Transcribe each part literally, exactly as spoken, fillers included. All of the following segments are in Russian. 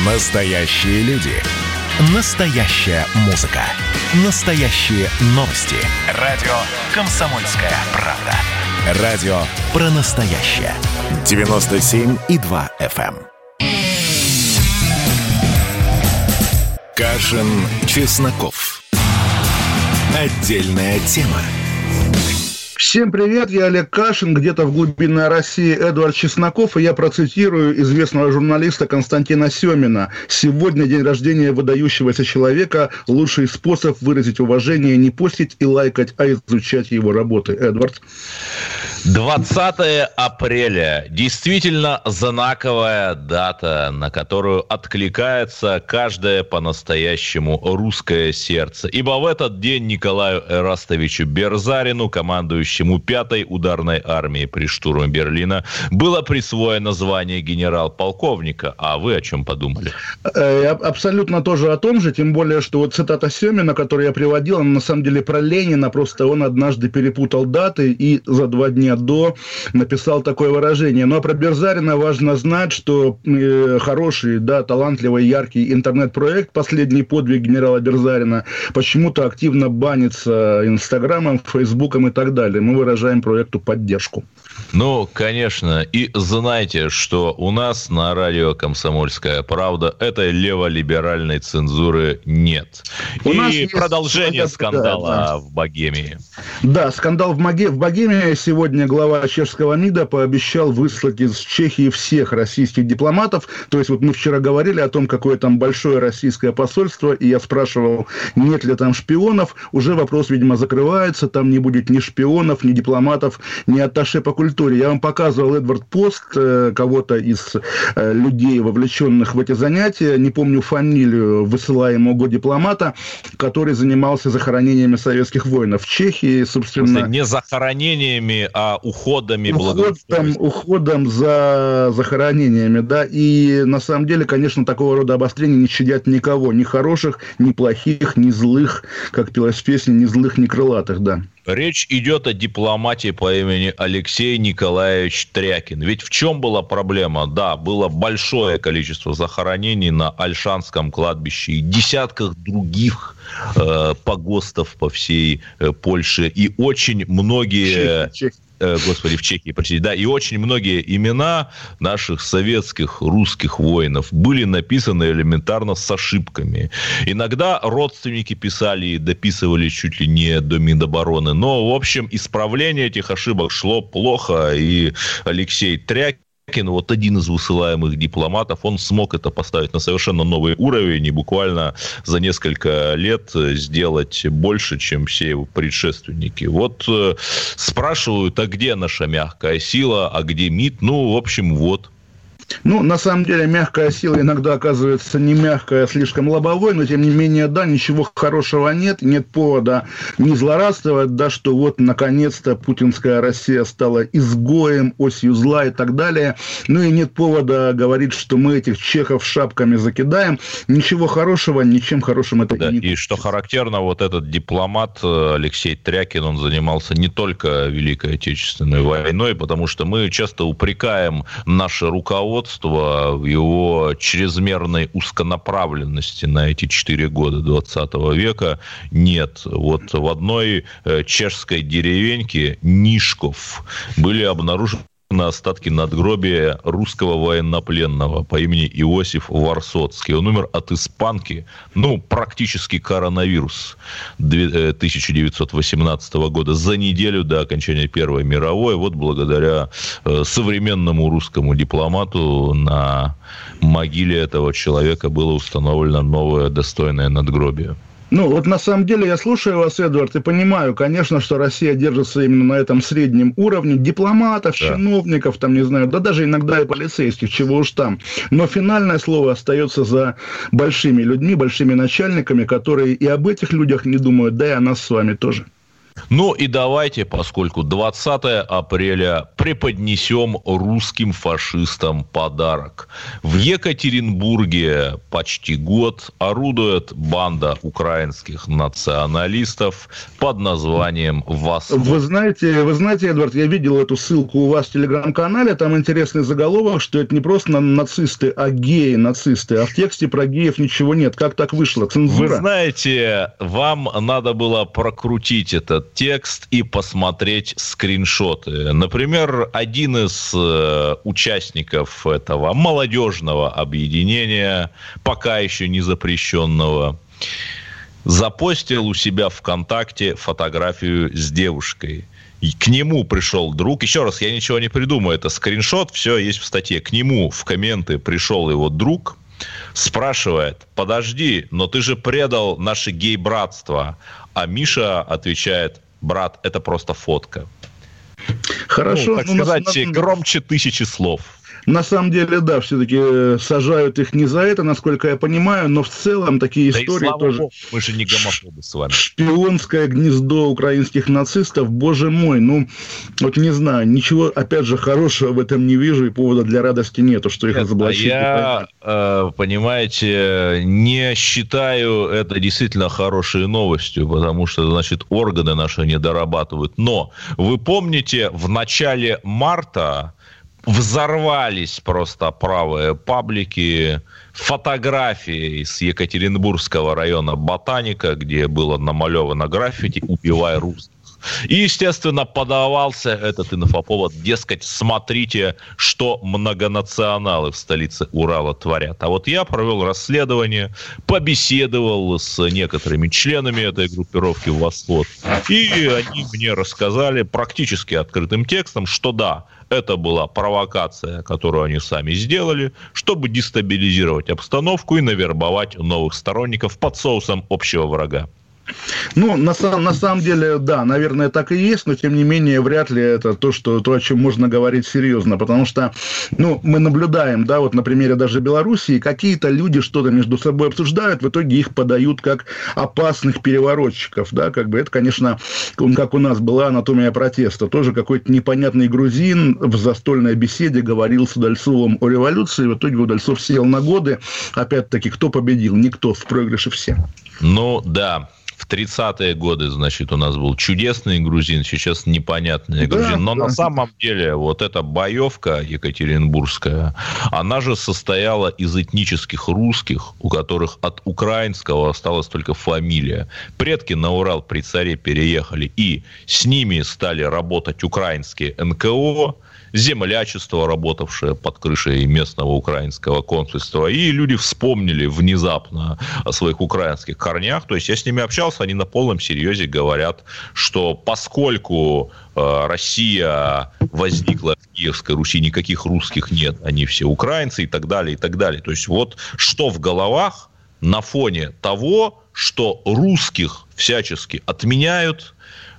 Настоящие люди. Настоящая музыка. Настоящие новости. Радио «Комсомольская правда». Радио про настоящее. девяносто семь и два эф эм. Кашин, Чесноков. Отдельная тема. Всем привет, я Олег Кашин, где-то в глубинной России Эдвард Чесноков, и я процитирую известного журналиста Константина Семина. «Сегодня день рождения выдающегося человека. Лучший способ выразить уважение не постить и лайкать, а изучать его работы». Эдвард. двадцатое апреля. Действительно знаковая дата, на которую откликается каждое по-настоящему русское сердце. Ибо в этот день Николаю Эрастовичу Берзарину, командующему пятой ударной армией при штурме Берлина, было присвоено звание генерал-полковника. А вы о чем подумали? Абсолютно тоже о том же, тем более, что вот цитата Семина, которую я приводил, она на самом деле про Ленина, просто он однажды перепутал даты и за два дня до написал такое выражение. Ну а про Берзарина важно знать, что э, хороший, да, талантливый, яркий интернет-проект «Последний подвиг генерала Берзарина» почему-то активно банится Инстаграмом, Фейсбуком и так далее. Мы выражаем проекту поддержку. Ну, конечно. И знайте, что у нас на радио «Комсомольская правда» этой леволиберальной цензуры нет. У и продолжение есть... скандала да, да. в Богемии. Да, скандал в, Маге... в Богемии. Сегодня глава чешского МИДа пообещал выслать из Чехии всех российских дипломатов. То есть вот мы вчера говорили о том, какое там большое российское посольство, и я спрашивал, нет ли там шпионов. Уже вопрос, видимо, закрывается. Там не будет ни шпионов, ни дипломатов, ни атташе по культуре. Я вам показывал, Эдвард, пост э, кого-то из э, людей, вовлеченных в эти занятия. Не помню фамилию высылаемого дипломата, который занимался захоронениями советских воинов в Чехии, собственно. Не захоронениями, а уходами. Уходом, уходом за захоронениями, да. И на самом деле, конечно, такого рода обострения не щадят никого. Ни хороших, ни плохих, ни злых, как пелось в песне, ни злых, ни крылатых, да. Речь идет о дипломате по имени Алексей Николаевич Трякин. Ведь в чем была проблема? Да, было большое количество захоронений на Ольшанском кладбище и десятках других э, погостов по всей э, Польше. И очень многие... Чехия, Чехия. Господи, в Чехии, простите, да, и очень многие имена наших советских русских воинов были написаны элементарно с ошибками. Иногда родственники писали и дописывали чуть ли не до Минобороны, но, в общем, исправление этих ошибок шло плохо, и Алексей Трякин, вот один из высылаемых дипломатов, он смог это поставить на совершенно новый уровень и буквально за несколько лет сделать больше, чем все его предшественники. Вот э, спрашивают, а где наша мягкая сила, а где МИД? Ну, в общем, вот. Ну, на самом деле, мягкая сила иногда оказывается не мягкая, а слишком лобовой, но, тем не менее, да, ничего хорошего нет, нет повода не злорадствовать, да, что вот, наконец-то, путинская Россия стала изгоем, осью зла и так далее. Ну, и нет повода говорить, что мы этих чехов шапками закидаем. Ничего хорошего, ничем хорошим это да, и не и что характерно, вот этот дипломат Алексей Трякин, он занимался не только Великой Отечественной войной, потому что мы часто упрекаем наше руководство в его чрезмерной узконаправленности на эти четыре года двадцатого века. Нет. Вот в одной чешской деревеньке Нишков были обнаружены на остатки надгробия русского военнопленного по имени Иосиф Варсоцкий. Он умер от испанки, ну, практически коронавирус тысяча девятьсот восемнадцатого года, за неделю до окончания Первой мировой. Вот благодаря современному русскому дипломату на могиле этого человека было установлено новое достойное надгробие. Ну, вот на самом деле я слушаю вас, Эдвард, и понимаю, конечно, что Россия держится именно на этом среднем уровне дипломатов, да. чиновников, там, не знаю, да даже иногда и полицейских, чего уж там. Но финальное слово остается за большими людьми, большими начальниками, которые и об этих людях не думают, да и о нас с вами тоже. Ну и давайте, поскольку двадцатое апреля, преподнесем русским фашистам подарок. В Екатеринбурге почти год орудует банда украинских националистов под названием «Восход». Вы знаете, вы знаете, Эдвард, я видел эту ссылку у вас в телеграм-канале, там интересный заголовок, что это не просто нацисты, а геи-нацисты, а в тексте про геев ничего нет. Как так вышло? Цензура? Вы знаете, вам надо было прокрутить этот текст и посмотреть скриншоты. Например, один из э, участников этого молодежного объединения, пока еще не запрещенного, запостил у себя ВКонтакте фотографию с девушкой. И к нему пришел друг. Еще раз, я ничего не придумаю. Это скриншот, все есть в статье. К нему в комменты пришел его друг, спрашивает: подожди, но ты же предал наше гей-братство. А Миша отвечает: брат, это просто фотка. Хорошо. Ну, так ну, сказать, на... громче тысячи слов. На самом деле, да, все-таки сажают их не за это, насколько я понимаю, но в целом такие да истории и слава тоже... Богу, мы же не гомофобы с вами. Шпионское гнездо украинских нацистов, боже мой, ну, вот не знаю, ничего, опять же, хорошего в этом не вижу, и повода для радости нету, что их Нет, разоблачили. А я, понимаете, не считаю это действительно хорошей новостью, потому что, значит, органы наши не дорабатывают. Но вы помните, в начале марта взорвались просто правые паблики фотографии с Екатеринбургского района Ботаника, где было намалевано граффити «Убивай русских». И, естественно, подавался этот инфоповод, дескать, смотрите, что многонационалы в столице Урала творят. А вот я провел расследование, побеседовал с некоторыми членами этой группировки «Восход», и они мне рассказали практически открытым текстом, что да, это была провокация, которую они сами сделали, чтобы дестабилизировать обстановку и навербовать новых сторонников под соусом общего врага. Ну, на, на самом деле, да, наверное, так и есть, но, тем не менее, вряд ли это то, что, то, о чем можно говорить серьезно, потому что, ну, мы наблюдаем, да, вот на примере даже Белоруссии, какие-то люди что-то между собой обсуждают, в итоге их подают как опасных переворотчиков, да, как бы это, конечно, как у нас была анатомия протеста, тоже какой-то непонятный грузин в застольной беседе говорил с Удальцовым о революции, в итоге Удальцов сел на годы, опять-таки, кто победил? Никто, в проигрыше все. Ну, да. В тридцатые годы, значит, у нас был чудесный грузин, сейчас непонятный да, грузин. Но да. На самом деле вот эта боевка екатеринбургская, она же состояла из этнических русских, у которых от украинского осталась только фамилия. Предки на Урал при царе переехали, и с ними стали работать украинские эн ка о, землячество, работавшее под крышей местного украинского консульства. И люди вспомнили внезапно о своих украинских корнях. То есть я с ними общался, они на полном серьезе говорят, что поскольку э, Россия возникла в Киевской Руси, никаких русских нет, они все украинцы и так далее, и так далее. То есть вот что в головах на фоне того, что русских всячески отменяют,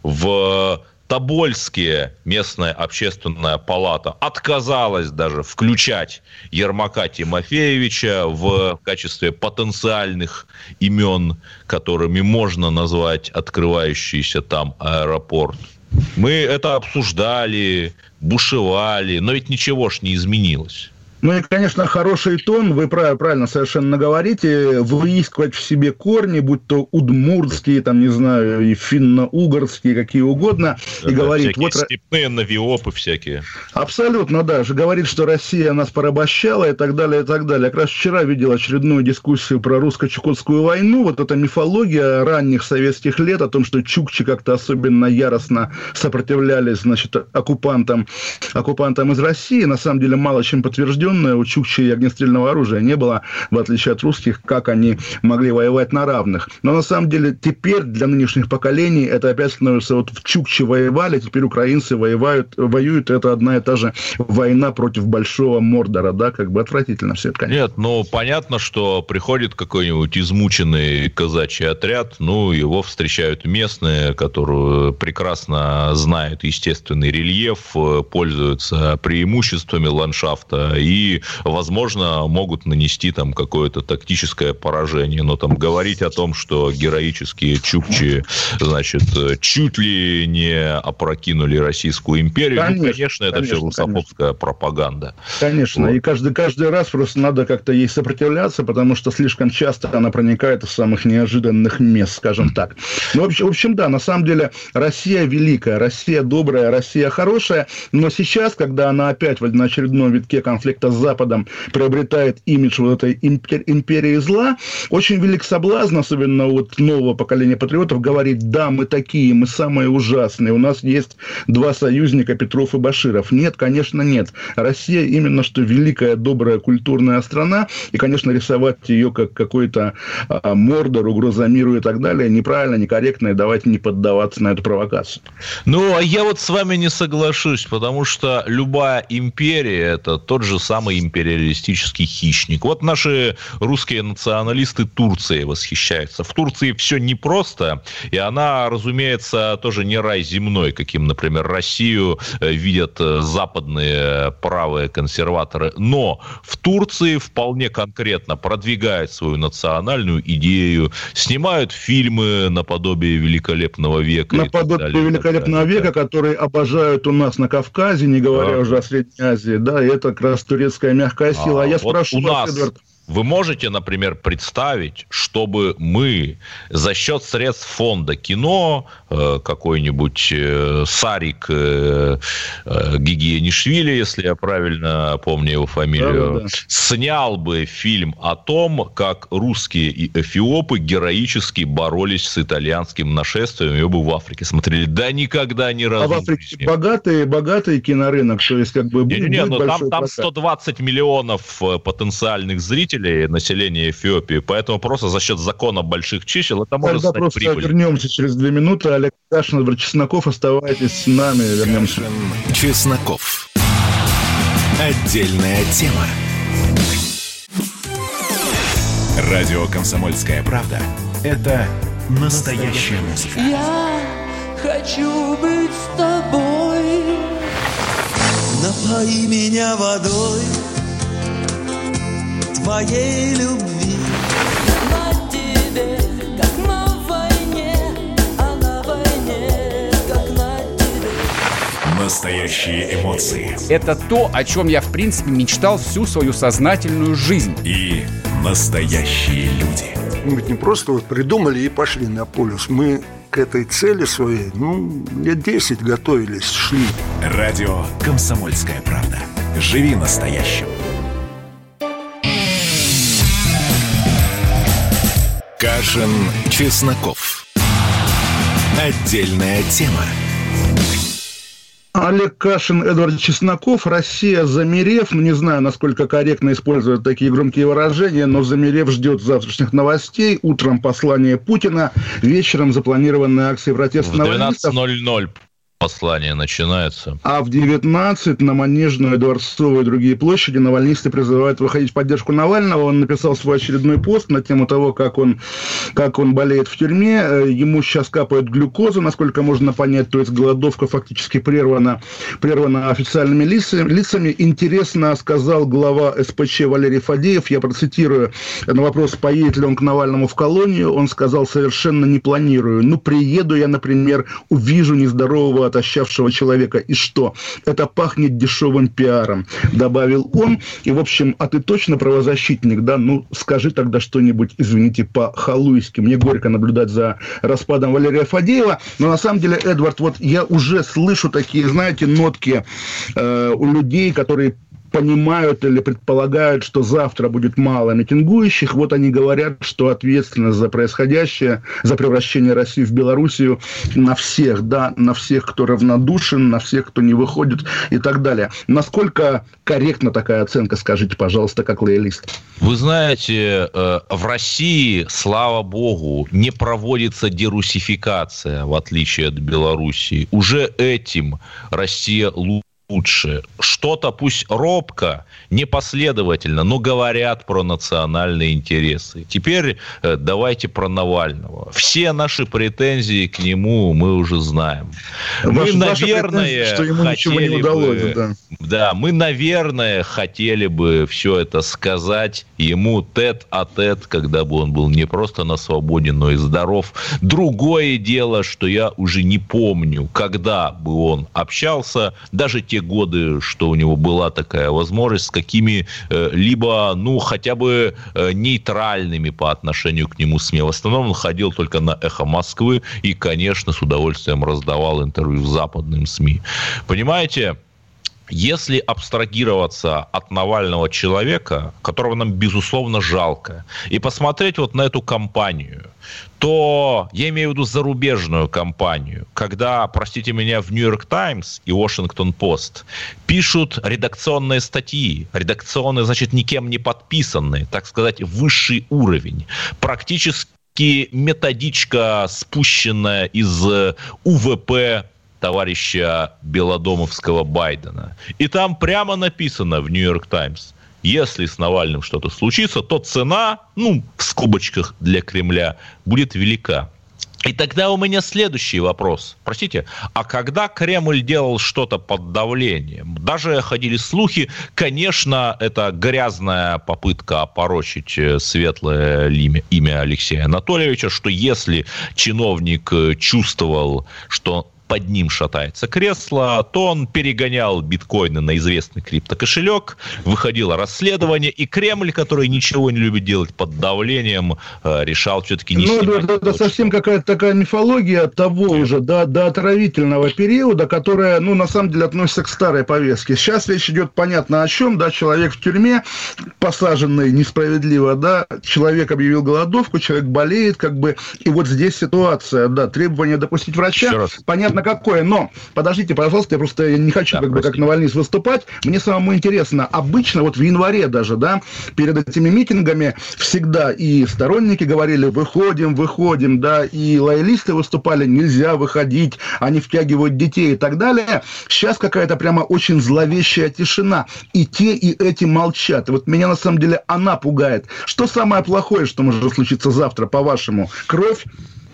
в Тобольские местная общественная палата отказалась даже включать Ермака Тимофеевича в качестве потенциальных имен, которыми можно назвать открывающийся там аэропорт. Мы это обсуждали, бушевали, но ведь ничего ж не изменилось. Ну и, конечно, хороший тон, вы правильно совершенно говорите, выискивать в себе корни, будь то удмуртские, там, не знаю, и финно-угорские, какие угодно, да, и да, говорит... вот степные навиопы всякие. Абсолютно, да, же говорит, что Россия нас порабощала и так далее, и так далее. Как раз вчера видел очередную дискуссию про русско-чукотскую войну, вот эта мифология ранних советских лет о том, что чукчи как-то особенно яростно сопротивлялись, значит, оккупантам, оккупантам из России, на самом деле мало чем подтвержден. У чукчей огнестрельного оружия не было, в отличие от русских, как они могли воевать на равных. Но на самом деле теперь для нынешних поколений это опять становится, вот в чукче воевали, теперь украинцы воевают, воюют, это одна и та же война против большого Мордора, да, как бы отвратительно все это, конечно. Нет, ну понятно, что приходит какой-нибудь измученный казачий отряд, ну его встречают местные, которые прекрасно знают естественный рельеф, пользуются преимуществами ландшафта и и, возможно, могут нанести там какое-то тактическое поражение. Но там говорить о том, что героические чукчи, значит, чуть ли не опрокинули Российскую империю, конечно, ну, конечно это конечно, все русофобская конечно. пропаганда. Конечно, вот. И каждый, каждый раз просто надо как-то ей сопротивляться, потому что слишком часто она проникает в самых неожиданных мест, скажем так. Ну, в общем, в общем, да, на самом деле Россия великая, Россия добрая, Россия хорошая, но сейчас, когда она опять на очередном витке конфликта с Западом приобретает имидж вот этой империи зла, очень велик соблазн, особенно вот нового поколения патриотов, говорить: да, мы такие, мы самые ужасные, у нас есть два союзника, Петров и Баширов. Нет, конечно, нет. Россия именно что великая, добрая, культурная страна, и, конечно, рисовать ее как какой-то а, Мордор, угроза миру и так далее неправильно, некорректно, и давайте не поддаваться на эту провокацию. Ну, а я вот с вами не соглашусь, потому что любая империя – это тот же самый империалистический хищник. Вот наши русские националисты Турцией восхищаются. В Турции все непросто, и она, разумеется, тоже не рай земной, каким, например, Россию видят западные правые консерваторы. Но в Турции вполне конкретно продвигают свою национальную идею, снимают фильмы наподобие «Великолепного века». Наподобие «Великолепного века», которые обожают у нас на Кавказе, не говоря да. уже о Средней Азии. Да, и это как раз турецкая мягкая сила. А, а я вот спрошу вас, Эдвард. Вы можете, например, представить, чтобы мы за счет средств фонда кино, какой-нибудь Сарик Гигиенишвили, если я правильно помню его фамилию, да, да. снял бы фильм о том, как русские и эфиопы героически боролись с итальянским нашествием, и оба в Африке смотрели. Да никогда ни разу. А в Африке богатый, богатый кинорынок, то есть как бы... Не-не-не, но там, там сто двадцать миллионов потенциальных зрителей, населения Эфиопии, поэтому просто за счет закона больших чисел это может Тогда стать просто прибылью. Вернемся через две минуты. Олег Кашин, Эдвард Чесноков, оставайтесь с нами. Вернемся. Кашин, Чесноков. Отдельная тема. Радио «Комсомольская правда» — это настоящая музыка. Я хочу быть с тобой. Напои меня водой твоей любви. На тебе, как на войне, а на войне, как на тебе. Настоящие эмоции. Это то, о чем я, в принципе, мечтал всю свою сознательную жизнь. И настоящие люди. Мы ведь не просто вот придумали и пошли на полюс. Мы к этой цели своей, ну, лет десять готовились, шли. Радио «Комсомольская правда». Живи настоящим. Кашин, Чесноков. Отдельная тема. Олег Кашин, Эдвард Чесноков. Россия, замерев, не знаю, насколько корректно использовать такие громкие выражения, но замерев ждет завтрашних новостей. Утром послание Путина, вечером запланированная акция протеста навальнистов. В двенадцать ноль-ноль послание начинается. А в девятнадцать на Манежную, Дворцовую и другие площади навальнисты призывают выходить в поддержку Навального. Он написал свой очередной пост на тему того, как он, как он болеет в тюрьме. Ему сейчас капают глюкозу, насколько можно понять, то есть голодовка фактически прервана, прервана официальными лицами. Интересно сказал глава эс пэ че Валерий Фадеев, я процитирую, на вопрос, поедет ли он к Навальному в колонию, он сказал: совершенно не планирую. Ну, приеду я, например, увижу нездорового отощавшего человека. И что? Это пахнет дешевым пиаром, добавил он. И, в общем, а ты точно правозащитник, да? Ну, скажи тогда что-нибудь, извините, по-халуйски. Мне горько наблюдать за распадом Валерия Фадеева. Но, на самом деле, Эдвард, вот я уже слышу такие, знаете, нотки э, у людей, которые понимают или предполагают, что завтра будет мало митингующих. Вот они говорят, что ответственность за происходящее, за превращение России в Белоруссию на всех, да, на всех, кто равнодушен, на всех, кто не выходит и так далее. Насколько корректна такая оценка, скажите, пожалуйста, как лоялист? Вы знаете, в России, слава богу, не проводится дерусификация, в отличие от Белоруссии. Уже этим Россия лучше лучше. Что-то пусть робко, непоследовательно, но говорят про национальные интересы. Теперь э, давайте про Навального. Все наши претензии к нему мы уже знаем. Мы, Ваши, наверное, что ему ничего не удалось, бы, да. да, мы, наверное, хотели бы все это сказать ему тет-а-тет, когда бы он был не просто на свободе, но и здоров. Другое дело, что я уже не помню, когда бы он общался, даже те годы, что у него была такая возможность, с какими-либо, ну, хотя бы нейтральными по отношению к нему СМИ. В основном он ходил только на «Эхо Москвы» и, конечно, с удовольствием раздавал интервью в западным СМИ. Понимаете? Если абстрагироваться от Навального человека, которого нам, безусловно, жалко, и посмотреть вот на эту кампанию, то я имею в виду зарубежную кампанию, когда, простите меня, в «Нью-Йорк Таймс» и «Вашингтон Пост» пишут редакционные статьи, редакционные, значит, никем не подписанные, так сказать, высший уровень, практически методичка, спущенная из У В П товарища Белодомовского Байдена. И там прямо написано в «Нью-Йорк Таймс», если с Навальным что-то случится, то цена, ну, в скобочках для Кремля, будет велика. И тогда у меня следующий вопрос. Простите, а когда Кремль делал что-то под давлением? Даже ходили слухи, конечно, это грязная попытка опорочить светлое имя Алексея Анатольевича, что если чиновник чувствовал, что под ним шатается кресло, то он перегонял биткоины на известный криптокошелек, выходило расследование, и Кремль, который ничего не любит делать под давлением, решал все-таки не ну, снимать. Это, это совсем какая-то такая мифология того уже, до, до отравительного периода, которая, ну, на самом деле относится к старой повестке. Сейчас речь идет понятно о чем, да, человек в тюрьме, посаженный несправедливо, да, человек объявил голодовку, человек болеет, как бы, и вот здесь ситуация, да, требование допустить врача, понятно какое, но, подождите, пожалуйста, я просто не хочу, да, как бы, как Навальнист выступать, мне самому интересно, обычно вот в январе даже, да, перед этими митингами всегда и сторонники говорили, выходим, выходим, да, и лоялисты выступали, нельзя выходить, они втягивают детей и так далее. Сейчас какая-то прямо очень зловещая тишина, и те, и эти молчат. И вот меня на самом деле она пугает. Что самое плохое, что может случиться завтра, по-вашему? Кровь?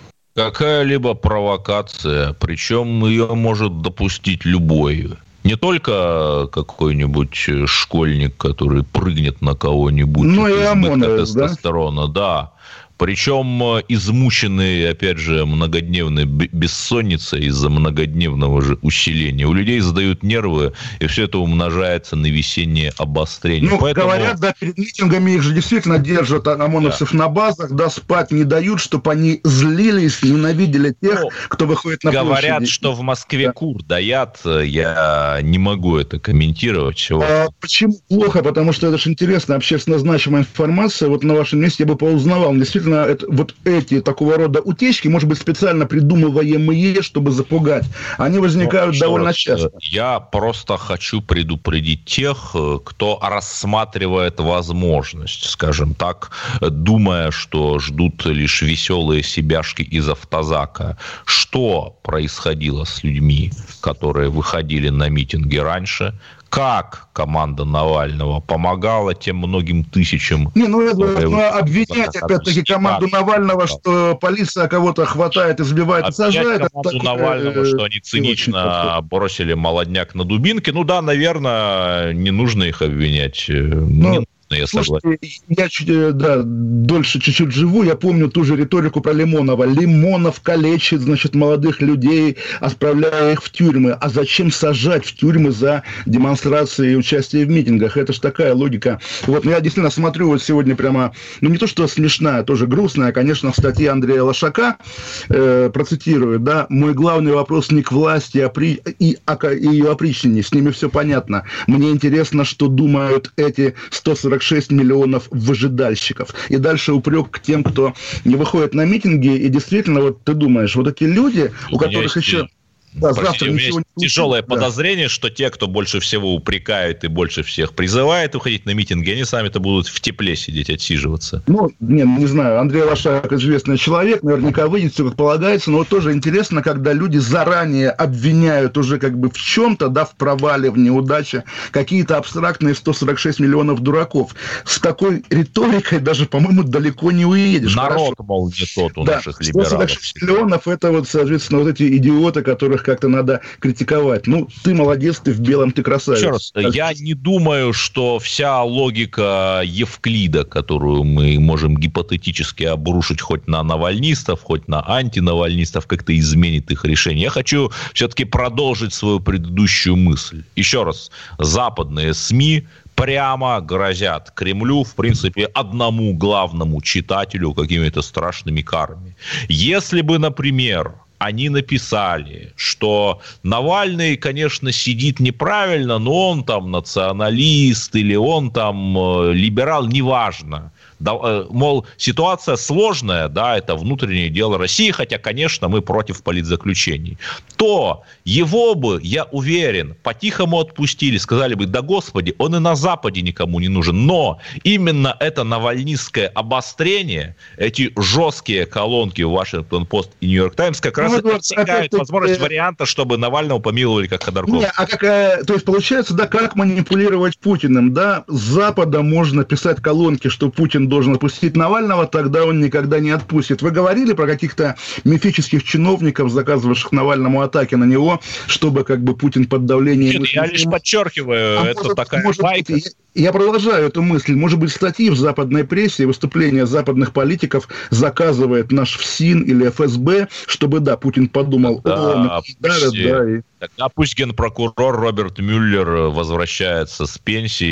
Какая-либо провокация, причем ее может допустить любой. Не только какой-нибудь школьник, который прыгнет на кого-нибудь, ну, и ОМОН, тестостерона, да. да. Причем измученные, опять же, многодневной бессонницей из-за многодневного же усиления. У людей сдают нервы, и все это умножается на весеннее обострение. Ну, Поэтому... говорят, да, перед митингами их же действительно держат ОМОНовцев, да, на базах, да, спать не дают, чтобы они злились, ненавидели тех, ну, кто выходит на говорят, площади. Говорят, что в Москве, да, кур даят, я не могу это комментировать. А почему плохо? Потому что это же интересная, общественно значимая информация. Вот на вашем месте я бы поузнавал. Действительно, это, вот эти такого рода утечки, может быть, специально придумываемые, чтобы запугать, они возникают ну, довольно раз, часто. Я просто хочу предупредить тех, кто рассматривает возможность, скажем так, думая, что ждут лишь веселые себяшки из автозака. Что происходило с людьми, которые выходили на митинги раньше? Как команда Навального помогала тем многим тысячам... Не, ну, это, ну обвинять, опять-таки, команду Навального, что полиция кого-то хватает, избивает и сажает... команду это Навального, такое, что они цинично бросили молодняк на дубинки. Ну да, наверное, не нужно их обвинять. Но... Не... Я, Слушайте, я чуть, да, дольше чуть-чуть живу, я помню ту же риторику про Лимонова. Лимонов калечит, значит, молодых людей, отправляя их в тюрьмы. А зачем сажать в тюрьмы за демонстрации и участие в митингах? Это же такая логика. Вот, ну, я действительно смотрю вот сегодня прямо, ну, не то, что смешная, тоже грустная, конечно, в статье Андрея Лошака, э, процитирую, да, «Мой главный вопрос не к власти а при... и, а, и ее опричнине, с ними все понятно. Мне интересно, что думают эти сто сорок шесть миллионов выжидальщиков». И дальше упрек к тем, кто не выходит на митинги. И действительно, вот ты думаешь, вот эти люди, у, у которых еще... Да, Простите, у меня есть не тяжелое да. подозрение, что те, кто больше всего упрекает и больше всех призывает уходить на митинги, они сами-то будут в тепле сидеть, отсиживаться. Ну, не, не знаю, Андрей Лошак известный человек, наверняка выйдет все как полагается, но вот тоже интересно, когда люди заранее обвиняют уже как бы в чем-то, да, в провале, в неудаче, какие-то абстрактные сто сорок шесть миллионов дураков. С такой риторикой даже, по-моему, далеко не уедешь. Народ, Хорошо. мол, не тот у да, наших либералов. сто сорок шесть миллионов – это вот, соответственно, вот эти идиоты, которых как-то надо критиковать. Ну, ты молодец, ты в белом, ты красавец. Еще раз, я не думаю, что вся логика Евклида, которую мы можем гипотетически обрушить хоть на навальнистов, хоть на антинавальнистов, как-то изменит их решение. Я хочу все-таки продолжить свою предыдущую мысль. Еще раз, западные СМИ прямо грозят Кремлю, в принципе, одному главному читателю какими-то страшными карами. Если бы, например, они написали, что Навальный, конечно, сидит неправильно, но он там националист или он там э, либерал, неважно. Да, э, мол, ситуация сложная, да, это внутреннее дело России, хотя, конечно, мы против политзаключений. То его бы, я уверен, по-тихому отпустили, сказали бы, да господи, он и на Западе никому не нужен. Но именно это навальнистское обострение, эти жесткие колонки в Вашингтон-Пост и Нью-Йорк Таймс как раз Ну, отсекают возможность э... варианта, чтобы Навального помиловали как Ходорковского. Не, а какая, то есть получается, да, как манипулировать Путиным, да, с Запада можно писать колонки, что Путин должен отпустить Навального, тогда он никогда не отпустит. Вы говорили про каких-то мифических чиновников, заказывавших Навальному атаки на него, чтобы как бы Путин под давлением... Нет, я лишь подчеркиваю, а это может, такая может байка. Быть, я, я продолжаю эту мысль. Может быть, статьи в западной прессе, выступления западных политиков заказывает наш ФСИН или эф эс бэ, чтобы, да, Путин подумал, да, о, пусть, да, да, и... Тогда пусть генпрокурор Роберт Мюллер возвращается с пенсии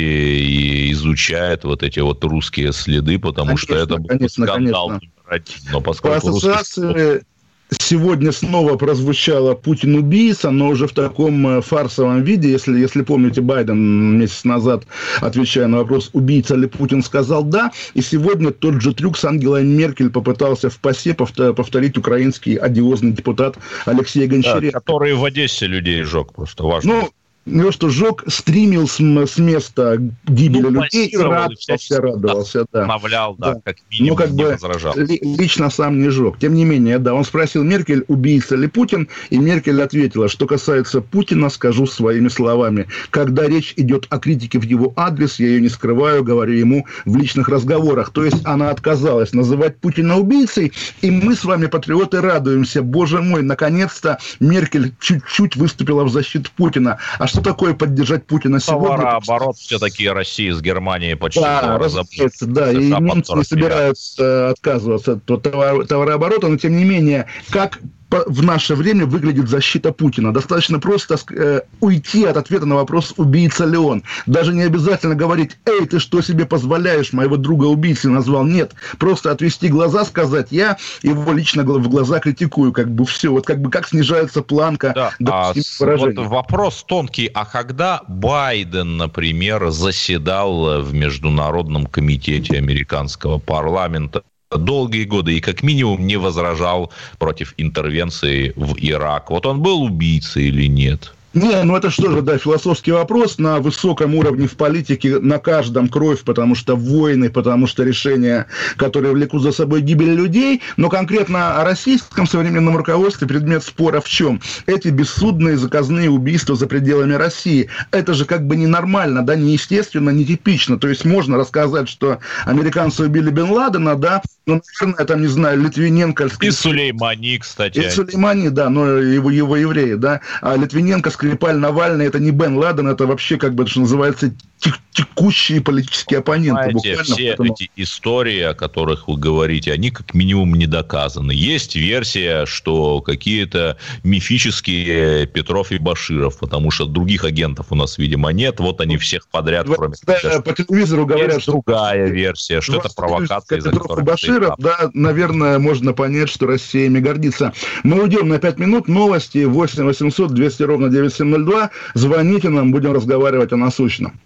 и изучает вот эти вот русские следы, потому конечно, что это был конечно, скандал номер один. Но поскольку по ассоциации... Сегодня снова прозвучало «Путин убийца», но уже в таком фарсовом виде. Если, если помните, Байден месяц назад, отвечая на вопрос, убийца ли Путин, сказал «да». И сегодня тот же трюк с Ангелой Меркель попытался в ПАСЕ повторить украинский одиозный депутат Алексей Гончаренко. Да, который в Одессе людей сжег, просто важно. Ну, не что сжег, стримил с, с места гибели ну, людей и радовался, радовался, да. Вдохновлял, да, да, как минимум, ну, как не бы возражал. Ли, лично сам не жег. Тем не менее, да, он спросил Меркель, убийца ли Путин, и Меркель ответила, что касается Путина, скажу своими словами. Когда речь идет о критике в его адрес, я ее не скрываю, говорю ему в личных разговорах. То есть она отказалась называть Путина убийцей, и мы с вами, патриоты, радуемся. Боже мой, наконец-то Меркель чуть-чуть выступила в защиту Путина. А что такое поддержать Путина сегодня? Товарооборот все-таки России с Германией почти да, разумеется, да, и немцы не собираются отказываться от товарооборота, но тем не менее, как в наше время выглядит защита Путина. Достаточно просто э, уйти от ответа на вопрос, убийца ли он. Даже не обязательно говорить, эй, ты что себе позволяешь, моего друга убийцей назвал. Нет, просто отвести глаза, сказать, я его лично в глаза критикую, как бы все. Вот как бы как снижается планка. Да, а вот вопрос тонкий, а когда Байден, например, заседал в Международном комитете американского парламента, долгие годы и как минимум не возражал против интервенции в Ирак. Вот он был убийцей или нет? Не, ну это что же, да, философский вопрос на высоком уровне в политике, на каждом кровь, потому что войны, потому что решения, которые влекут за собой гибель людей, но конкретно о российском современном руководстве предмет спора в чем? Эти бессудные заказные убийства за пределами России. Это же как бы ненормально, да, неестественно, нетипично. То есть можно рассказать, что американцы убили Бен Ладена, да, ну, наверное, там, не знаю, Литвиненко... И Сулеймани, кстати. И Сулеймани, да, но его, его евреи, да. А Литвиненко, Скрипаль, Навальный, это не Бен Ладен, это вообще, как бы, что называется, текущие политические оппоненты. Знаете, все поэтому... эти истории, о которых вы говорите, они как минимум не доказаны. Есть версия, что какие-то мифические Петров и Баширов, потому что других агентов у нас, видимо, нет. Вот они всех подряд, кроме... Да, по телевизору говорят, есть что... другая версия, что это провокация. Петров и Баширов, да, наверное, можно понять, что Россия ими гордится. Мы уйдем на пять минут. Новости восемь восемьсот двести ровно девяносто семь ноль два. Звоните нам, будем разговаривать о насущном.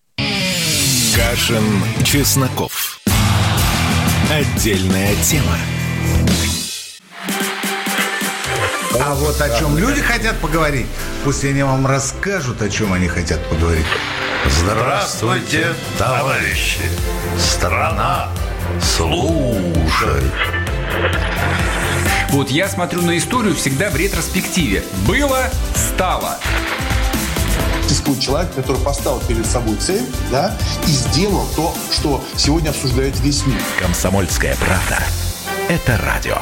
Кашин, Чесноков. Отдельная тема. А вот о чем люди хотят поговорить, пусть они вам расскажут, о чем они хотят поговорить. Здравствуйте, товарищи! Страна служит! Вот я смотрю на историю всегда в ретроспективе. Было, стало. Существует человек, который поставил перед собой цель, да, и сделал то, что сегодня обсуждает весь мир. Комсомольская правда. Это радио.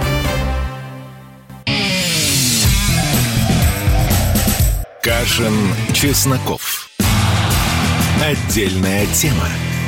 Кашин, Чесноков. Отдельная тема.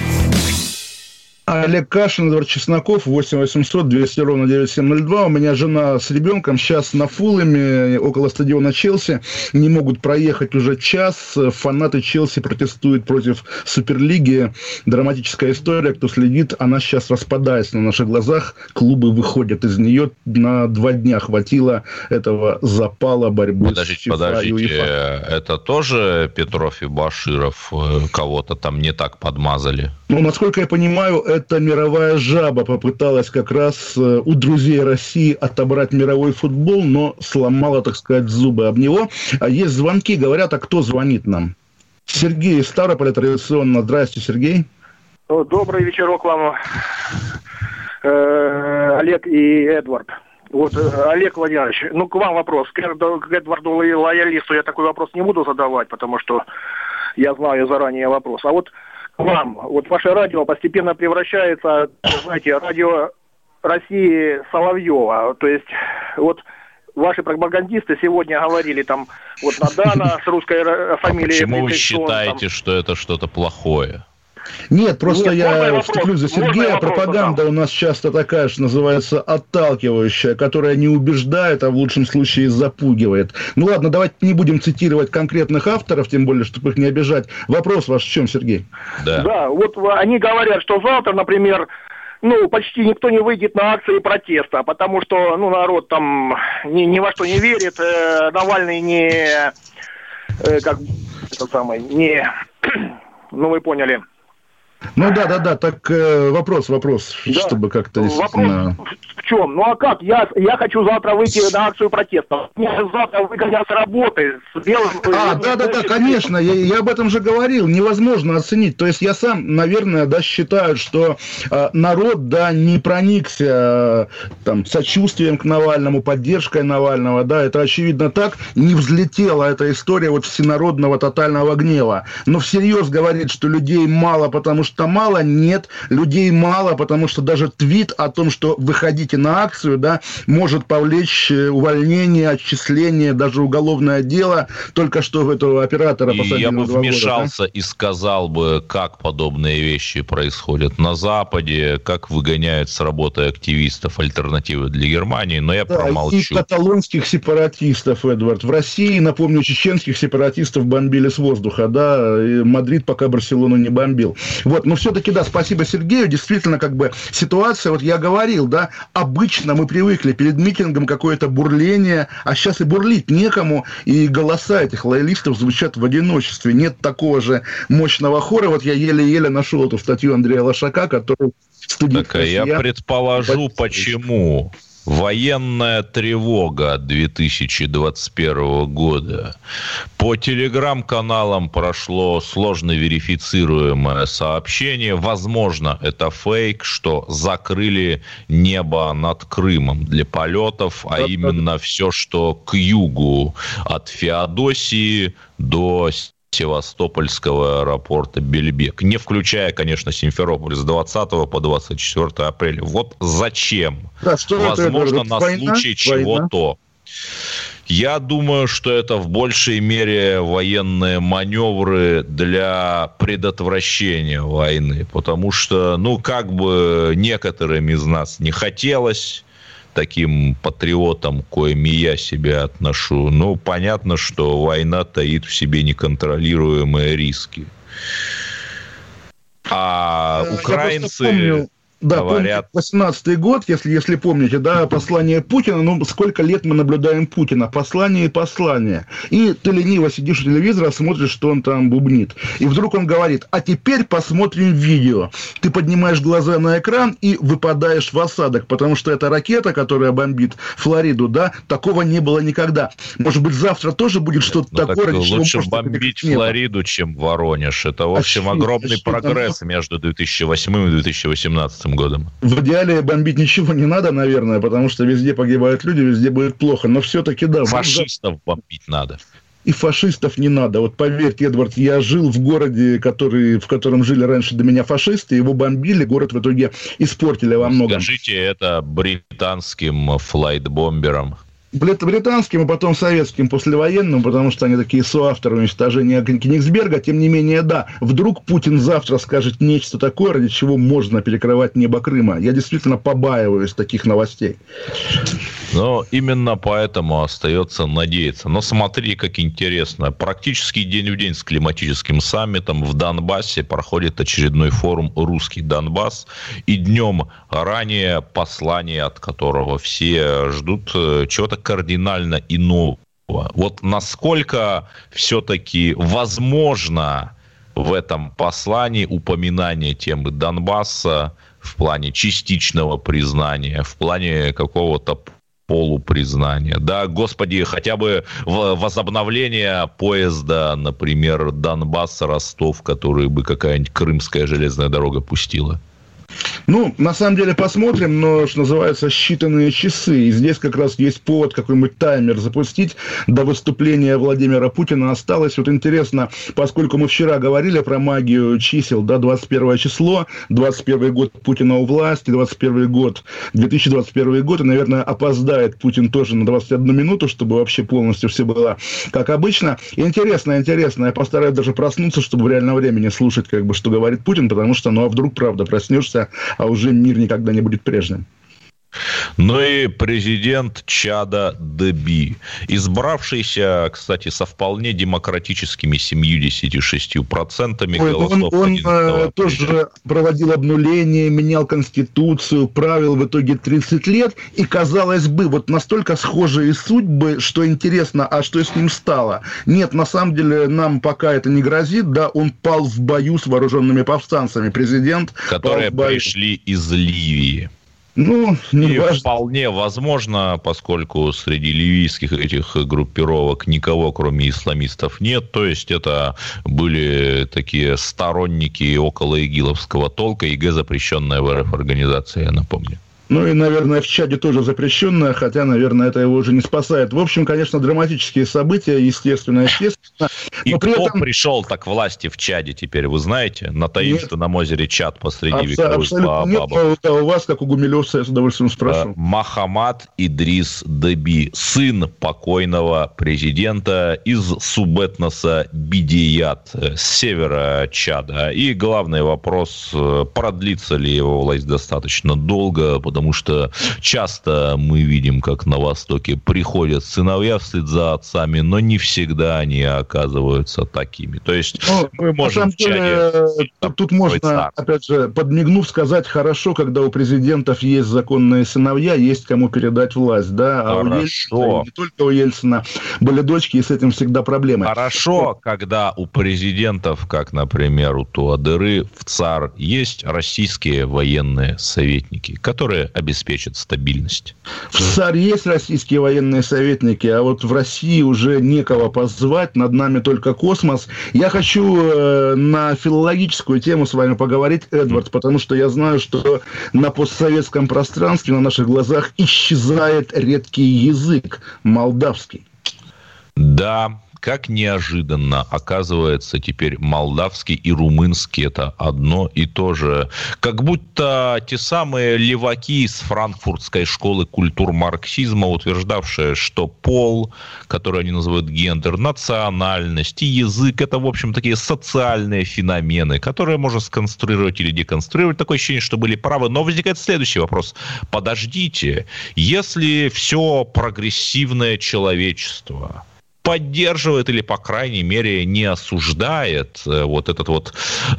Олег Кашин, Эдвард Чесноков, восемь восемьсот двести ровно девяносто семь ноль два. У меня жена с ребенком сейчас на Фулэме, около стадиона Челси. Не могут проехать уже час. Фанаты Челси протестуют против Суперлиги. Драматическая история, кто следит, она сейчас распадается на наших глазах. Клубы выходят из нее. На два дня хватило этого запала борьбы подождите, с ФИФА подождите. и УЕФА. Это тоже Петров и Баширов кого-то там не так подмазали? Ну, насколько я понимаю, эта мировая жаба попыталась как раз у друзей России отобрать мировой футбол, но сломала, так сказать, зубы об него. А есть звонки, говорят, а кто звонит нам? Сергей из Ставрополя традиционно. Здрасте, Сергей. Добрый вечерок вам, Олег и Эдвард. Вот, Олег Владимирович, ну, к вам вопрос. К Эдварду лоялисту я такой вопрос не буду задавать, потому что я знаю заранее вопрос. А вот вам, вот ваше радио постепенно превращается, знаете, радио России Соловьева. То есть, вот ваши пропагандисты сегодня говорили там, вот Надана с русской фамилией. А почему вы считаете, там, что это что-то плохое? Нет, просто Нет, я вступлюсь за Сергея. Вопрос, пропаганда да. у нас часто такая, что называется, отталкивающая, которая не убеждает, а в лучшем случае запугивает. Ну ладно, давайте не будем цитировать конкретных авторов, тем более, чтобы их не обижать. Вопрос ваш в чем, Сергей? Да, да, вот они говорят, что завтра, например, ну, почти никто не выйдет на акции протеста, потому что, ну, народ там ни, ни во что не верит, э, Навальный не, э, как, это самое, не, ну, вы поняли. Ну да, да, да, так э, вопрос, вопрос, да. чтобы как-то... Вопрос в чем? Ну а как? Я, я хочу завтра выйти на акцию протеста. Меня завтра выгонят с работы. С белым... А, да, да, да, конечно, я, я об этом же говорил, невозможно оценить. То есть я сам, наверное, да, считаю, что э, народ, да, не проникся э, там, сочувствием к Навальному, поддержкой Навального, да, это очевидно так, не взлетела эта история вот всенародного тотального гнева. Но всерьез говорит, что людей мало, потому что что мало, нет, людей мало, потому что даже твит о том, что выходите на акцию, да, может повлечь увольнение, отчисление, даже уголовное дело. Только что этого оператора посадили. Я бы вмешался года, да? и сказал бы, как подобные вещи происходят на Западе, как выгоняют с работы активистов «Альтернативы для Германии», но я да, промолчу. И каталонских сепаратистов, Эдвард. В России, напомню, чеченских сепаратистов бомбили с воздуха, да, и Мадрид пока Барселону не бомбил. Вот, но все-таки, да, спасибо Сергею, действительно, как бы ситуация, вот я говорил, да, обычно мы привыкли перед митингом какое-то бурление, а сейчас и бурлить некому, и голоса этих лоялистов звучат в одиночестве, нет такого же мощного хора, вот я еле-еле нашел эту статью Андрея Лошака, который студент. Так, я предположу, почему. Военная тревога две тысячи двадцать первого года. По телеграм-каналам прошло сложно верифицируемое сообщение. Возможно, это фейк, что закрыли небо над Крымом для полетов, а именно все, что к югу от Феодосии до Севастопольского аэропорта Бельбек, не включая, конечно, Симферополь с двадцатого по двадцать четвёртое апреля. Вот зачем? Да, что возможно, это, на война? случай чего-то. Я думаю, что это в большей мере военные маневры для предотвращения войны, потому что, ну, как бы некоторым из нас не хотелось, таким патриотом, коим и я себя отношу, ну, понятно, что война таит в себе неконтролируемые риски. А украинцы... Да, говорят... восемнадцатый год, если, если помните, да, послание Путина, ну, сколько лет мы наблюдаем Путина, послание и послание. И ты лениво сидишь у телевизора, смотришь, что он там бубнит. И вдруг он говорит, а теперь посмотрим видео. Ты поднимаешь глаза на экран и выпадаешь в осадок, потому что эта ракета, которая бомбит Флориду, да, такого не было никогда. Может быть, завтра тоже будет что-то ну, такое. Так лучше бомбить Флориду, чем Воронеж. Это, в общем, а огромный а прогресс там... между две тысячи восьмым и две тысячи восемнадцатым годом. В идеале бомбить ничего не надо, наверное, потому что везде погибают люди, везде будет плохо. Но все-таки да. Фашистов вот... бомбить надо. И фашистов не надо. Вот поверьте, Эдвард, я жил в городе, который, в котором жили раньше до меня фашисты, его бомбили, город в итоге испортили во многом. Скажите это британским флайтбомберам. Британским и потом советским послевоенным, потому что они такие соавторы уничтожения Кенигсберга. Тем не менее, да, вдруг Путин завтра скажет нечто такое, ради чего можно перекрывать небо Крыма. Я действительно побаиваюсь таких новостей. Но именно поэтому остается надеяться. Но смотри, как интересно. Практически день в день с климатическим саммитом в Донбассе проходит очередной форум «Русский Донбасс». И днем ранее послание, от которого все ждут чего-то кардинально иного. Вот насколько все-таки возможно в этом послании упоминание темы Донбасса в плане частичного признания, в плане какого-то полупризнания. Да, господи, хотя бы возобновление поезда, например, Донбасс-Ростов, который бы какая-нибудь крымская железная дорога пустила. Ну, на самом деле, посмотрим, но, что называется, считанные часы. И здесь как раз есть повод какой-нибудь таймер запустить. До выступления Владимира Путина осталось. Вот интересно, поскольку мы вчера говорили про магию чисел, да, двадцать первое число, двадцать первый год Путина у власти, двадцать первый год, две тысячи двадцать первый год, и, наверное, опоздает Путин тоже на двадцать одну минуту, чтобы вообще полностью все было как обычно. И интересно, интересно, я постараюсь даже проснуться, чтобы в реальном времени слушать, как бы, что говорит Путин, потому что, ну, а вдруг, правда, проснешься, а уже мир никогда не будет прежним. Ну и президент Чада Дэби, избравшийся, кстати, со вполне демократическими семьдесят шесть процентов голосов. Он, он э, тоже проводил обнуление, менял конституцию, правил в итоге тридцать лет, и, казалось бы, вот настолько схожие судьбы, что интересно, а что с ним стало? Нет, на самом деле нам пока это не грозит, да, он пал в бою с вооруженными повстанцами, президент. Которые пришли из Ливии. Ну, не и важно. Вполне возможно, поскольку среди ливийских этих группировок никого, кроме исламистов, нет. То есть это были такие сторонники околоигиловского толка, ИГ запрещенная в РФ организация, я напомню. Ну и, наверное, в Чаде тоже запрещенное, хотя, наверное, это его уже не спасает. В общем, конечно, драматические события, естественно, естественно. И но кто при этом... пришел так к власти в Чаде теперь, вы знаете? На таинственном нет. озере Чад посреди Абс- веков. Абсолютно нет, а у вас, как у гумилевца, я с удовольствием спрошу. Мохаммад Идрис Дэби, сын покойного президента из субэтноса Бидият, с севера Чада. И главный вопрос, продлится ли его власть достаточно долго, потому что часто мы видим, как на Востоке приходят сыновья вслед за отцами, но не всегда они оказываются такими. То есть ну, мы можем... Деле, тут, тут можно, царь. опять же, подмигнув, сказать, хорошо, когда у президентов есть законные сыновья, есть кому передать власть, да, а хорошо. у Ельцина, не только у Ельцина, были дочки, и с этим всегда проблемы. Хорошо, вот. Когда у президентов, как, например, у Туадеры, в ЦАР есть российские военные советники, которые обеспечат стабильность. В ЦАР есть российские военные советники, а вот в России уже некого позвать, над нами только космос. Я хочу э, на филологическую тему с вами поговорить, Эдвард, потому что я знаю, что на постсоветском пространстве на наших глазах исчезает редкий язык, молдавский. Да. Как неожиданно, оказывается, теперь молдавский и румынский – это одно и то же. Как будто те самые леваки из франкфуртской школы культур марксизма, утверждавшие, что пол, который они называют гендер, национальность и язык – это, в общем, такие социальные феномены, которые можно сконструировать или деконструировать. Такое ощущение, что были правы. Но возникает следующий вопрос. Подождите, если все прогрессивное человечество поддерживает или, по крайней мере, не осуждает вот этот вот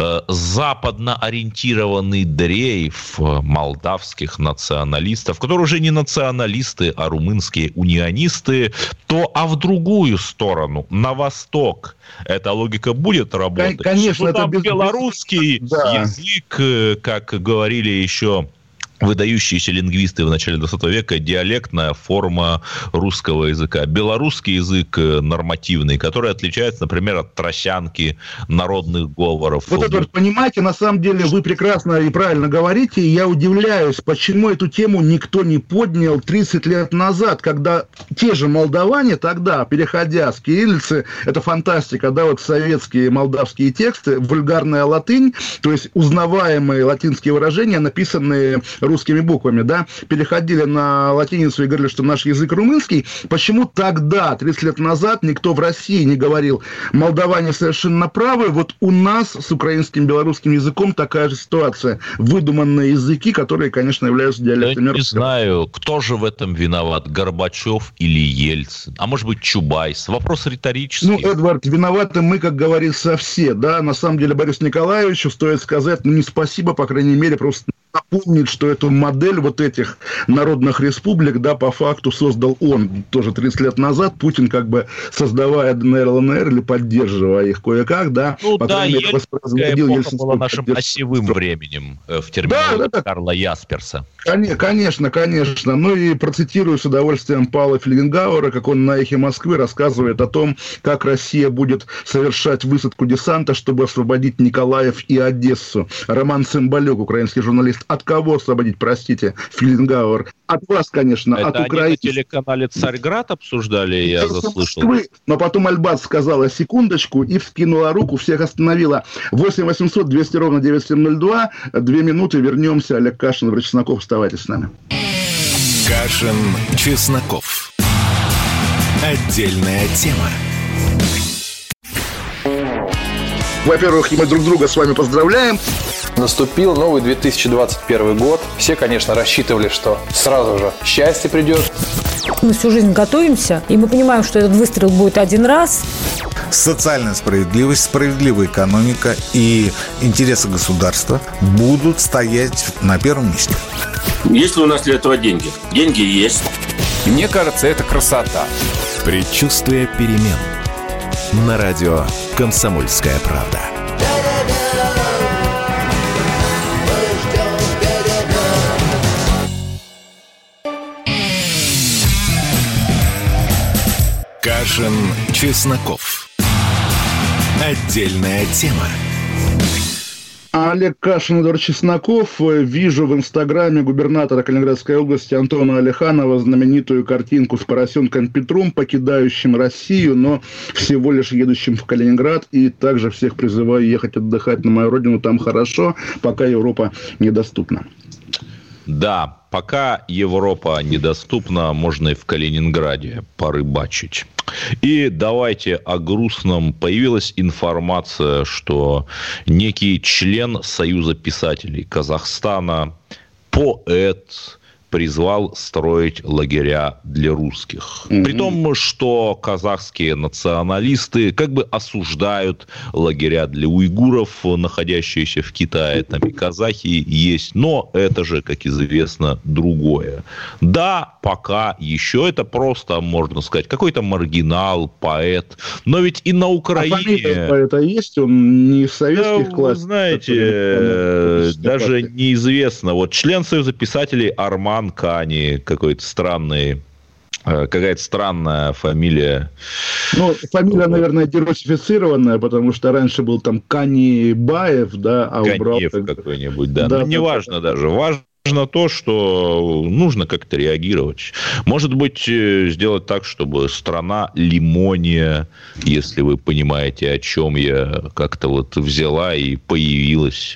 западно ориентированный дрейф молдавских националистов, которые уже не националисты, а румынские унионисты, то а в другую сторону, на восток, эта логика будет работать. Конечно, ну, это там без... белорусский да. язык, как говорили еще выдающиеся лингвисты в начале двадцатого века, диалектная форма русского языка. Белорусский язык нормативный, который отличается, например, от тросянки, народных говоров. Вот это, понимаете, на самом деле вы прекрасно и правильно говорите, и я удивляюсь, почему эту тему никто не поднял тридцать лет назад, когда те же молдаване тогда, переходя с кириллицы, это фантастика, да, вот советские молдавские тексты, вульгарная латынь, то есть узнаваемые латинские выражения, написанные русскими буквами, да, переходили на латиницу и говорили, что наш язык румынский. Почему тогда, тридцать лет назад, никто в России не говорил, молдаване совершенно правы, вот у нас с украинским, белорусским языком такая же ситуация. Выдуманные языки, которые, конечно, являются диалектами Я русского. Не знаю, кто же в этом виноват, Горбачев или Ельцин, а может быть Чубайс. Вопрос риторический. Ну, Эдвард, виноваты мы, как говорится, все, да, на самом деле Борису Николаевичу стоит сказать, ну, не спасибо, по крайней мере, просто напомнить, что эту модель вот этих народных республик, да, по факту создал он тоже тридцать лет назад. Путин, как бы создавая ДНР, ЛНР или поддерживая их кое-как, да, ну, по да, крайней мере, воспроизводил эпоха была нашим осевым временем в терминологии да, да, Карла Ясперса. Конечно, конечно. Ну и процитирую с удовольствием Павла Фельгенгауэра, как он на «Эхе Москвы» рассказывает о том, как Россия будет совершать высадку десанта, чтобы освободить Николаев и Одессу. Роман Цымбалюк, украинский журналист. От кого освободить, простите, Фельгенгауэр? От вас, конечно, это от они Украины. На телеканале «Царьград» обсуждали, я это заслышал. Москвы, но потом Альбац сказала секундочку и вскинула руку, всех остановила. восемь восемьсот двести ровно девяносто семь ноль два. Две минуты, вернемся. Олег Кашин, Владимир Чесноков, оставайтесь с нами. Кашин, Чесноков. Отдельная тема. Во-первых, мы друг друга с вами поздравляем. Наступил новый две тысячи двадцать первый год. Все, конечно, рассчитывали, что сразу же счастье придет. Мы всю жизнь готовимся, и мы понимаем, что этот выстрел будет один раз. Социальная справедливость, справедливая экономика и интересы государства будут стоять на первом месте. Есть ли у нас для этого деньги? Деньги есть. Мне кажется, это красота. Предчувствие перемен. На радио «Комсомольская правда». Кашин, Чесноков. Отдельная тема. Олег Кашин, Эдуард Чесноков. Вижу в инстаграме губернатора Калининградской области Антона Алиханова знаменитую картинку с поросенком Петром, покидающим Россию, но всего лишь едущим в Калининград. И также всех призываю ехать отдыхать на мою родину, там хорошо, пока Европа недоступна. Да, пока Европа недоступна, можно и в Калининграде порыбачить. И давайте о грустном. Появилась информация, что некий член Союза писателей Казахстана, поэт, призвал строить лагеря для русских. Mm-hmm. При том, что казахские националисты как бы осуждают лагеря для уйгуров, находящиеся в Китае. Там и казахи есть, но это же, как известно, другое. Да, пока еще это просто, можно сказать, какой-то маргинал, поэт. Но ведь и на Украине... А фамилия поэта есть? Он не в советских да, классах? Вы знаете, даже неизвестно. Вот член Союза писателей Арман Кани, какой-то странный, какая-то странная фамилия. Ну, фамилия, наверное, диверсифицированная, потому что раньше был там Канибаев, да, а убрал... Канев какой-нибудь, да. да Ну, неважно да, даже. Важно то, что нужно как-то реагировать. Может быть, сделать так, чтобы страна Лимония, если вы понимаете, о чем я, как-то вот взяла и появилась.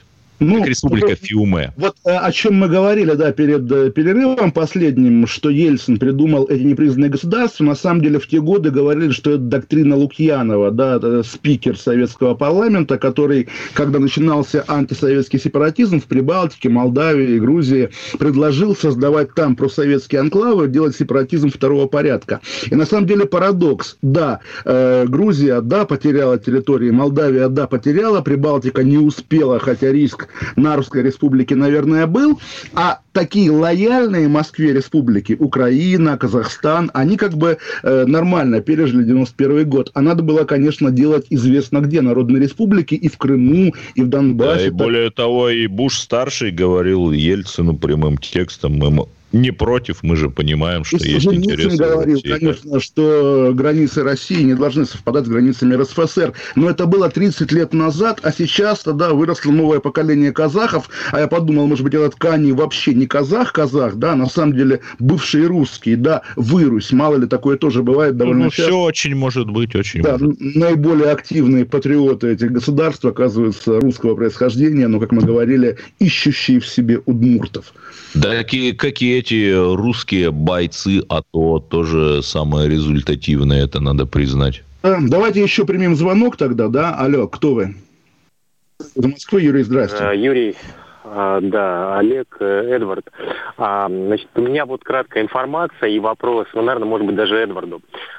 Ну, как республика вот, Фиуме. Вот о чем мы говорили, да, перед перерывом последним, что Ельцин придумал эти непризнанные государства. На самом деле в те годы говорили, что это доктрина Лукьянова, да, спикер советского парламента, который, когда начинался антисоветский сепаратизм в Прибалтике, Молдавии и Грузии, предложил создавать там просоветские анклавы, делать сепаратизм второго порядка. И на самом деле парадокс. Да, э, Грузия, да, потеряла территории, Молдавия, да, потеряла, Прибалтика не успела, хотя риск на Русской Республике, наверное, был, а такие лояльные Москве республики, Украина, Казахстан, они как бы э, нормально пережили девяносто первый год. А надо было, конечно, делать известно где, народные республики и в Крыму, и в Донбассе. Да, и так... более того, и Буш-старший говорил Ельцину прямым текстом, мы не против, мы же понимаем, что и есть интересы говорил, России. Конечно, что границы России не должны совпадать с границами РСФСР, но это было тридцать лет назад, а сейчас тогда выросло новое поколение казахов, а я подумал, может быть, этот Кани вообще не казах-казах, да, на самом деле бывший русский, да, вырусь, мало ли, такое тоже бывает довольно ну, часто. Все очень может быть, очень да, может. Наиболее активные патриоты этих государств оказываются русского происхождения, но, как мы говорили, ищущие в себе удмуртов. Да, какие, какие эти русские бойцы АТО тоже самое результативное, это надо признать. Давайте еще примем звонок тогда, да? Алло, кто вы? Из Москвы, Юрий, здрасте. Юрий, да, Олег, Эдвард. Значит, у меня вот краткая информация и вопрос, ну, наверное, может быть, даже Эдварду.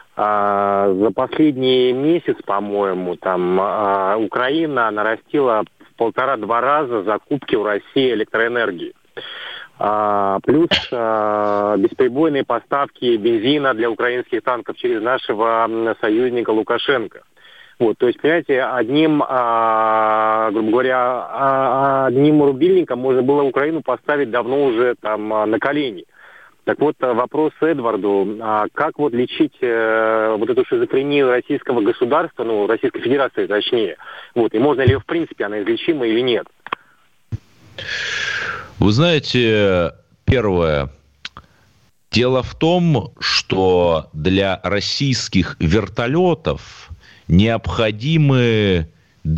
За последний месяц, по-моему, там Украина нарастила в полтора-два раза закупки у России электроэнергии. А, плюс а, бесперебойные поставки бензина для украинских танков через нашего союзника Лукашенко. Вот, то есть, понимаете, одним, а, грубо говоря, а, одним рубильником можно было Украину поставить давно уже там на колени. Так вот, вопрос Эдварду, а как вот лечить э, вот эту шизофрению российского государства, ну, Российской Федерации точнее, вот, и можно ли, в принципе, она излечима или нет? Вы знаете, первое. Дело в том, что для российских вертолетов необходимы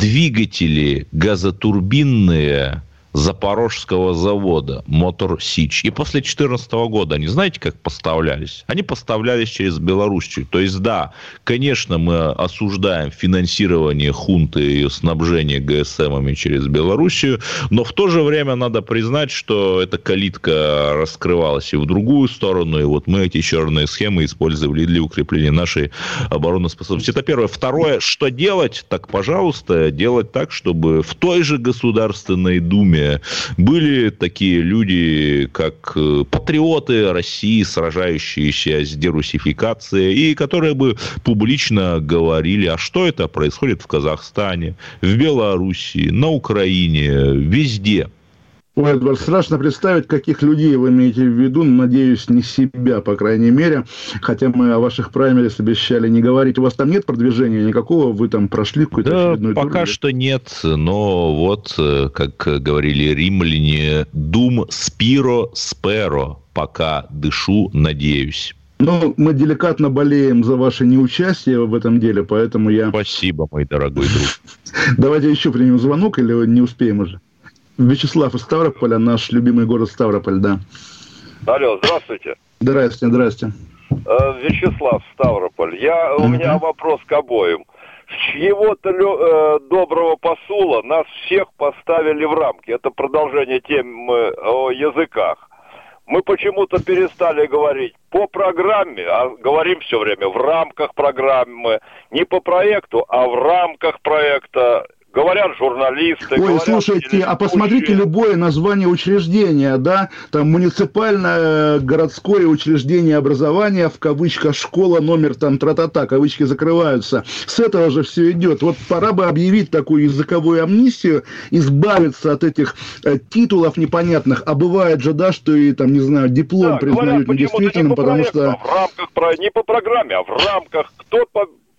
двигатели газотурбинные Запорожского завода Мотор Сич. И после две тысячи четырнадцатого года они, знаете, как поставлялись? Они поставлялись через Белоруссию. То есть, да, конечно, мы осуждаем финансирование хунты и снабжение ГСМами через Белоруссию, но в то же время надо признать, что эта калитка раскрывалась и в другую сторону, и вот мы эти черные схемы использовали для укрепления нашей обороноспособности. Это первое. Второе, что делать? Так, пожалуйста, делать так, чтобы в той же Государственной Думе были такие люди, как патриоты России, сражающиеся с дерусификацией, и которые бы публично говорили, а что это происходит в Казахстане, в Белоруссии, на Украине, везде. Ой, Эдвард, страшно представить, каких людей вы имеете в виду, надеюсь, не себя, по крайней мере, хотя мы о ваших праймерис обещали не говорить. У вас там нет продвижения никакого, вы там прошли какой-то да, очередной тур? Пока что нет, но вот, как говорили римляне, dum spiro spero, пока дышу, надеюсь. Ну, мы деликатно болеем за ваше неучастие в этом деле, поэтому я... Спасибо, мой дорогой друг. Давайте еще примем звонок, или не успеем уже? Вячеслав из Ставрополя, наш любимый город Ставрополь, да. Алло, здравствуйте. Здрасте, здрасте. Э, Вячеслав, Ставрополь. Я, у uh-huh. меня вопрос к обоим. С чьего-то э, доброго посула нас всех поставили в рамки. Это продолжение темы о языках. Мы почему-то перестали говорить по программе, а говорим все время в рамках программы. Не по проекту, а в рамках проекта. Говорят журналисты. Ой, говорят, слушайте, а посмотрите любое название учреждения, да, там муниципальное городское учреждение образования, в кавычках школа номер там тра-та-та, кавычки закрываются. С этого же все идет. Вот пора бы объявить такую языковую амнистию, избавиться от этих э, титулов непонятных. А бывает же, да, что и там, не знаю, диплом да, признают недействительным, потому проекту, что... А в рамках, не по программе, а в рамках кто по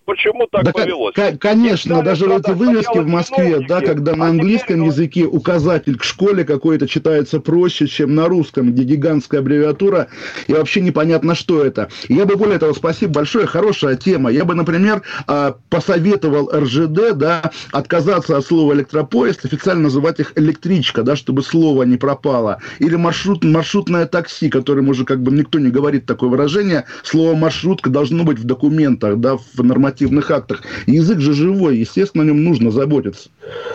Почему так да, повелось? К- конечно, даже эти вывески в Москве, да, когда на английском языке указатель к школе какой-то читается проще, чем на русском, где гигантская аббревиатура, и вообще непонятно, что это. Я бы, более того, спасибо большое, хорошая тема. Я бы, например, посоветовал эр жэ дэ, да, отказаться от слова электропоезд, официально называть их электричка, да, чтобы слово не пропало. Или маршрут, маршрутное такси, которым уже как бы никто не говорит такое выражение. Слово маршрутка должно быть в документах, да, в нормативных актах. Язык же живой, естественно, о нем нужно заботиться.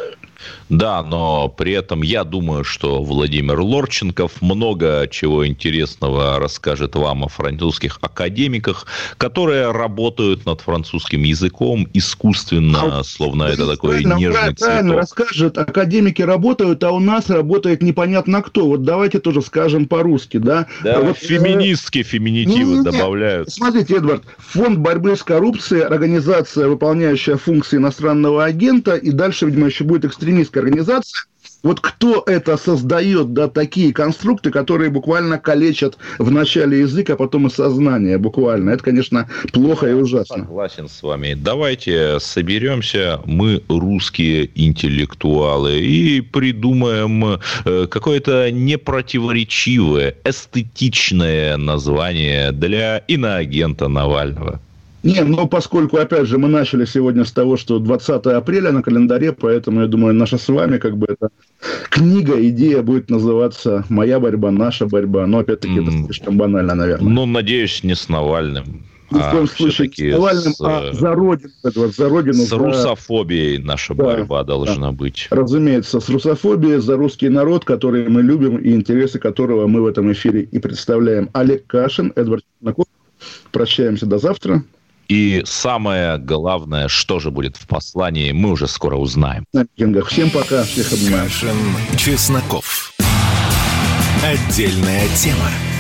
Да, но при этом я думаю, что Владимир Лорченков много чего интересного расскажет вам о французских академиках, которые работают над французским языком искусственно, а, словно это такой правильно, нежный правильно, цветок. Правильно расскажет, академики работают, а у нас работает непонятно кто. Вот давайте тоже скажем по-русски, да? Да, вот, феминистские феминитивы нет, добавляют. Смотрите, Эдвард, фонд борьбы с коррупцией, организация, выполняющая функции иностранного агента, и дальше, видимо, еще будет экстремистская организация. Вот кто это создает, да, такие конструкты, которые буквально калечат в начале язык, а потом и сознание буквально. Это, конечно, плохо и ужасно. Согласен с вами. Давайте соберемся, мы русские интеллектуалы, и придумаем какое-то непротиворечивое, эстетичное название для иноагента Навального. Не, ну, поскольку, опять же, мы начали сегодня с того, что двадцатое апреля на календаре, поэтому, я думаю, наша с вами, как бы, эта книга, идея будет называться «Моя борьба, наша борьба». Но, опять-таки, mm. это слишком банально, наверное. Ну, надеюсь, не с Навальным. Ни в коем а случае не с Навальным, с, а за Родину. Эдвард, за Родину. С за... русофобией наша да, борьба должна да. быть. Разумеется, с русофобией, за русский народ, который мы любим, и интересы которого мы в этом эфире и представляем. Олег Кашин, Эдвард Чесноков. Прощаемся до завтра. И самое главное, что же будет в послании, мы уже скоро узнаем. Всем пока, всех обнимаю. Кашин, Чесноков. Отдельная тема.